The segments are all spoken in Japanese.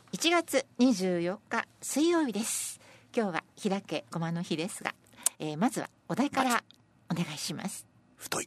1月24日水曜日です。今日は開け駒の日ですが、まずはお題からお願いします。 太い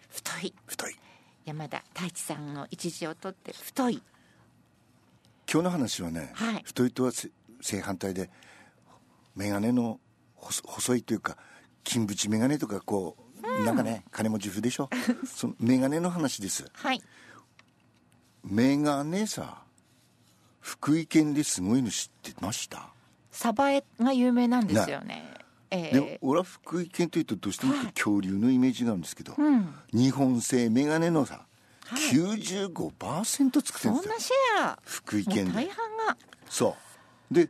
山田太一さんの一字を取って太い。 今日の話はね、 はい、 太いとは正反対で、メガネの細いというか金縁メガネとかこう、なんかね金持ち風でしょそのメガネの話です。 はい。 メガネさ、福井県ですごいの知ってました？ サバエが有名なんですよね。 で俺は福井県というとどうしても恐竜のイメージがあるんですけど、日本製メガネのさ、95% 作ってるんですよ。 そんなシェア福井県で大半が。 そうで、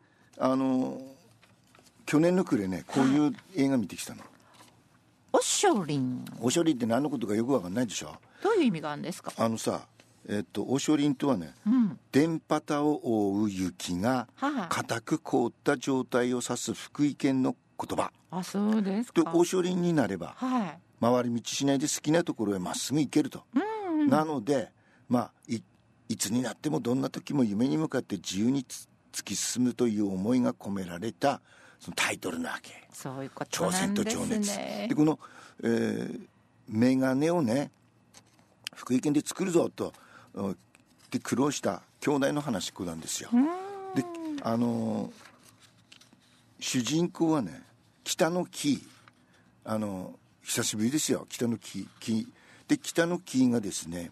去年の暮れね、こういう映画見てきたの。 オショリン。 オショリンって何のことかよく分かんないでしょ。 どういう意味があるんですか？ オショリンとはね、電波塔を覆う雪が固く凍った状態を指す福井県の言葉。 あ、そうですか。 でオショリンになれば、回り道しないで好きなところへまっすぐ行けると、なのでいつになってもどんな時も夢に向かって自由に突き進むという思いが込められたそのタイトルなわけ。 そういうことなんですね。 挑戦と情熱で、この、メガネをね福井県で作るぞとで苦労した兄弟の話っこなんですよ。で主人公はね北の木、久しぶりですよ。北の木で、北の木がですね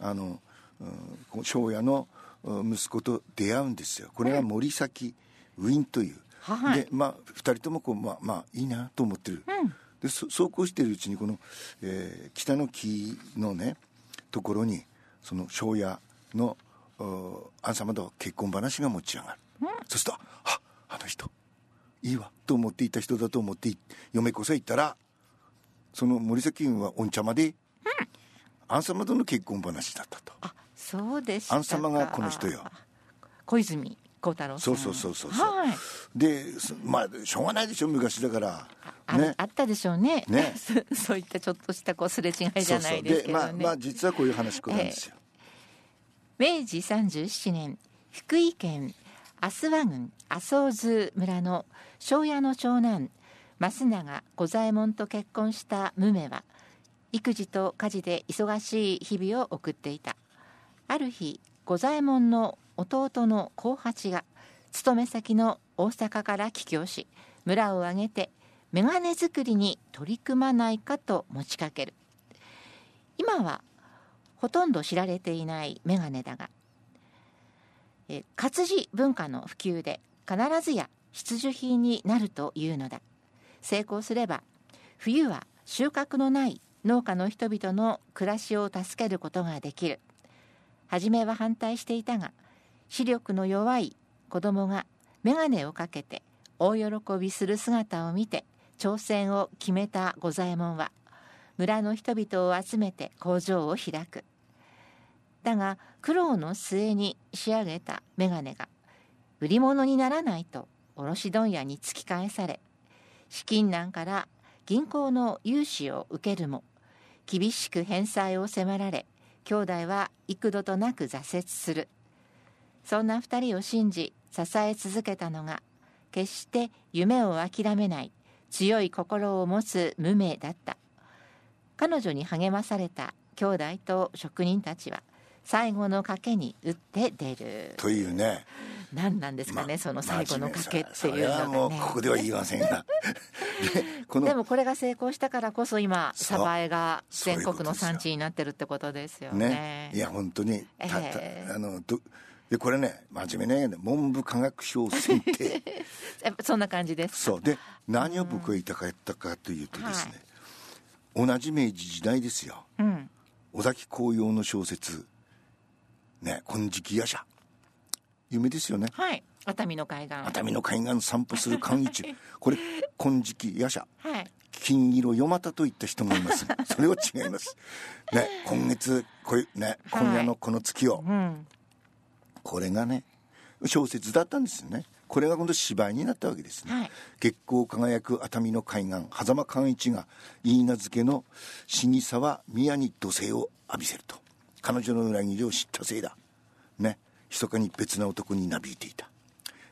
庄屋の息子と出会うんですよ。これが森崎ウィンという、で2人ともこういいなと思ってる、でそうこうしてるうちにこの、北の木のねところにその庄屋のあんさまと結婚話が持ち上がる、そうするとあの人いいわと思っていた人だと思って嫁こそ行ったら、その森崎ウィンはおんちゃまで、あんさまとの結婚話だったと。あ、 そうでしたか。 あんさまがこの人よ、 小泉孝太郎さん。 そう、でしょうがないでしょ、昔だからあったでしょうねそういったちょっとしたこうすれ違いじゃないですけどね。 で実はこういう話なんですよ。 明治37年福井県阿諏訪郡阿蘇津村の庄屋の長男増永五左衛門と結婚したムメは育児と家事で忙しい日々を送っていた。ある日、五左衛門の弟の幸八が勤め先の大阪から帰郷し、村を挙げてメガネ作りに取り組まないかと持ちかける。今はほとんど知られていないメガネだが、活字文化の普及で必ずや必需品になるというのだ。成功すれば冬は収穫のない農家の人々の暮らしを助けることができる。初めは反対していたが、視力の弱い子供が眼鏡をかけて大喜びする姿を見て挑戦を決めた五左衛門は村の人々を集めて工場を開く。だが苦労の末に仕上げた眼鏡が売り物にならないと卸問屋に突き返され、資金難から銀行の融資を受けるも厳しく返済を迫られ、兄弟は幾度となく挫折する。そんな二人を信じ支え続けたのが、決して夢を諦めない強い心を持つ無名だった。彼女に励まされた兄弟と職人たちは最後の賭けに打って出るというね。 何なんですかね、その最後の賭けっていうのがね。 それはもうここでは言いませんがでもこれが成功したからこそ今サバエが全国の産地になってるってことですよね。 いや本当にでこれね、真面目な映画で文部科学省選定そんな感じですか。 そうで、何を僕が言いたかったかというとですね、同じ明治時代ですよ、尾崎紅葉の小説ね、金色夜叉有名ですよね。 熱海の海岸散歩する寛一これ金色夜叉、金色夜股といった人もいますそれは違いますね。今夜のこの月を、これがね小説だったんですよね。これが今度芝居になったわけですね。月光輝く熱海の海岸、狭間寛一が言い名付けの死沢宮に土星を浴びせると、彼女の裏切りを知ったせいだね、密かに別な男になびいていた。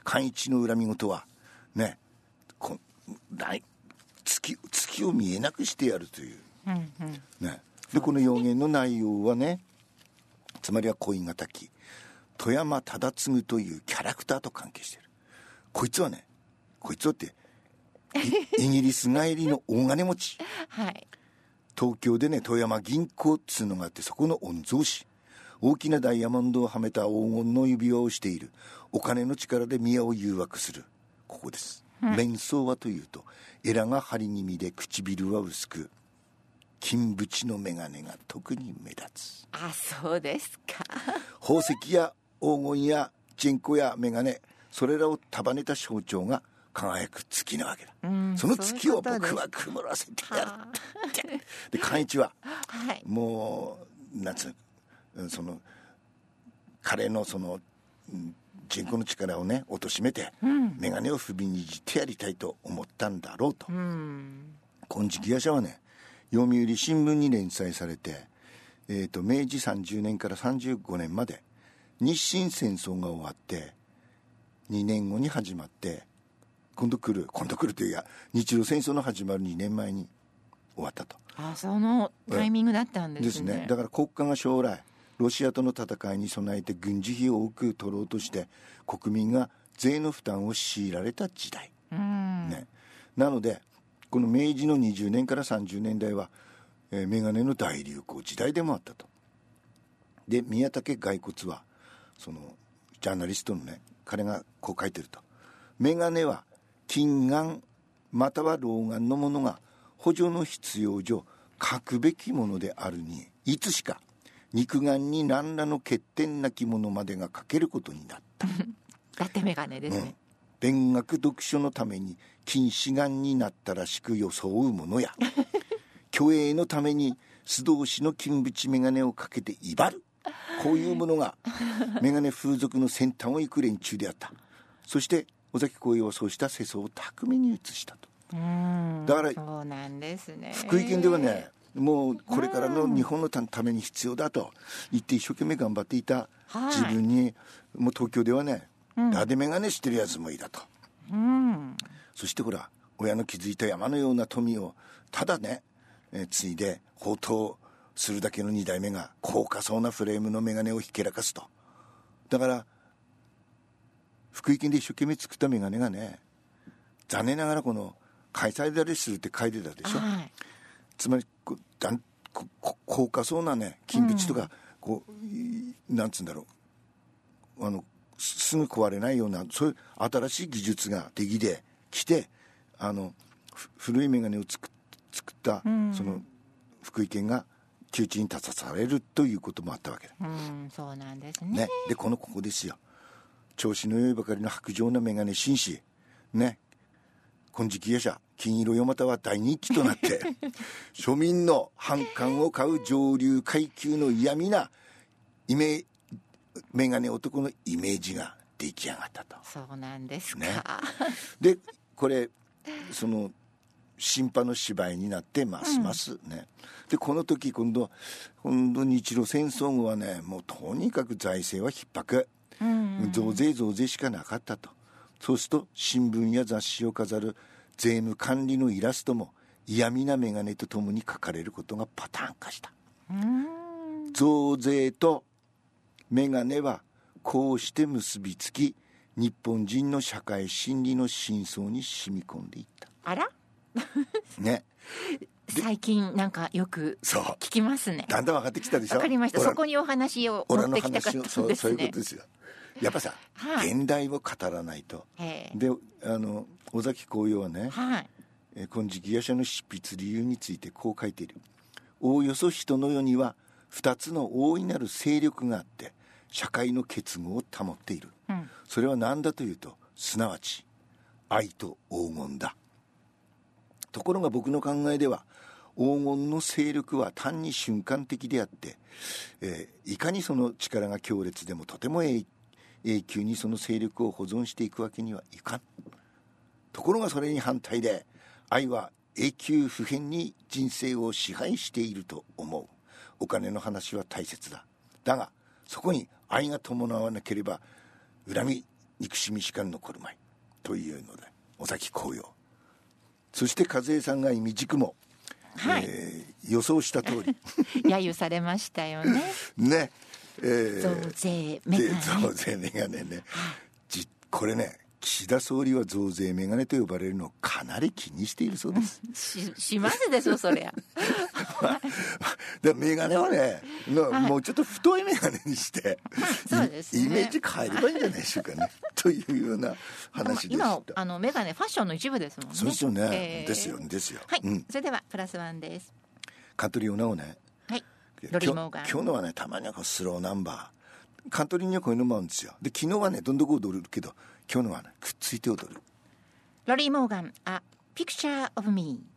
寛一の恨み事はね、月を見えなくしてやるという、ね、でこの予言の内容はね、つまりは恋敵富山忠次というキャラクターと関係している。こいつはってイギリス帰りの大金持ち、 はい、 東京でね富山銀行っつうのがあって、そこの御曹司、大きなダイヤモンドをはめた黄金の指輪をしている、お金の力で宮を誘惑する、ここです、面相はというと、エラが張り気味で唇は薄く、金縁の眼鏡が特に目立つ。 あ、そうですか。 宝石や黄金やチェンコや眼鏡、それらを束ねた象徴が輝く月なわけだ、その月を僕は曇らせてやるで寛一は、はい、もうその彼のその人口の力をね貶めて、眼鏡を首にじってやりたいと思ったんだろうと。金色夜叉はね、読売新聞に連載されて、明治30年から35年まで、日清戦争が終わって2年後に始まって、今度来るというや、日露戦争の始まる2年前に終わったと。 あ、そのタイミングだったんですね。 ですね。だから国家が将来ロシアとの戦いに備えて軍事費を多く取ろうとして、国民が税の負担を強いられた時代、ね、なのでこの明治の20年から30年代は、メガネの大流行時代でもあったと。で宮武骸骨はそのジャーナリストのね、彼がこう書いてると、メガネは近眼または老眼の者が補助の必要上書くべきものであるに、いつしか肉眼に何らの欠点なきものまでが書けることになっただってメガネですね、 勉学読書のために近視眼になったらしく装うものや虚栄のために素通しの金縁メガネをかけて威張る、こういうものがメガネ風俗の先端を行く連中であった。そして尾崎紅葉はそうした世相を巧みに移したと。だからそうなんですね。 福井県ではね、もうこれからの日本のために必要だと言って一生懸命頑張っていた自分に、もう東京ではね、ラデメガネしてるやつもいたと、そしてほら、親の築いた山のような富をただね、継いで放蕩するだけの2代目が高価そうなフレームのメガネをひけらかすと。だから福井県で一生懸命作ったメガネがね、残念ながらこの開催だりするって書いてたでしょ、つまり高価そうなね金縁とか、こうなんつうんだろう、すぐ壊れないような、そういう新しい技術ができてきて、古いメガネを作った、その福井県が窮地に立たされるということもあったわけだ。 そうなんですね。 でここですよ。調子の良いばかりの白状なメガネ紳士ね、金色夜叉金色よまたは大人気となって庶民の反感を買う上流階級の嫌味なメガネ男のイメージが出来上がったと。 そうなんですか、 ね、でこれその新派の芝居になってますますね、でこの時今度日露戦争後はね、もうとにかく財政は逼迫、増税しかなかったと。そうすると新聞や雑誌を飾る税務管理のイラストも嫌味なメガネとともに描かれることがパターン化した。増税とメガネはこうして結びつき、日本人の社会心理の深層に染み込んでいった。 あらね、 最近なんかよく聞きますね。 だんだん分かってきたでしょ。 分かりました。そこにお話を持ってきたかったんですね。 そういうことですよ。やっぱさ、現代を語らないと。で尾崎紅葉はね、金色夜叉の執筆理由についてこう書いている。おおよそ人の世には2つの大いなる勢力があって社会の結合を保っている、それは何だというと、すなわち愛と黄金だ。ところが僕の考えでは、黄金の勢力は単に瞬間的であって、いかにその力が強烈でもとても永久にその勢力を保存していくわけにはいかん。ところがそれに反対で、愛は永久不変に人生を支配していると思う。お金の話は大切だ。だがそこに愛が伴わなければ恨み憎しみしか残るまいというので尾崎紅葉、そして和江さんが未熟も、はい、予想した通り揶揄されましたよね。 ね、 増税メガネ、 増税メガネね、これね、岸田総理は増税メガネと呼ばれるのをかなり気にしているそうです。 しますでしょそりゃ。 でメガネはね、はい、もうちょっと太いメガネにして、そうですね、イメージ変えればいいんじゃないでしょうかねというような話でした。 今メガネファッションの一部ですもんね。 そうですよね、ですよですよ。 はい、それではプラスワンです。 カントリーオナをね、 はい、ロリー・モーガン。 今日のはね、たまにはスローナンバー、カントリーにはこういうのもあるんですよ。で昨日はねどんどこ踊るけど、今日のはねくっついて踊る。 ロリー・モーガン、A Picture of Me。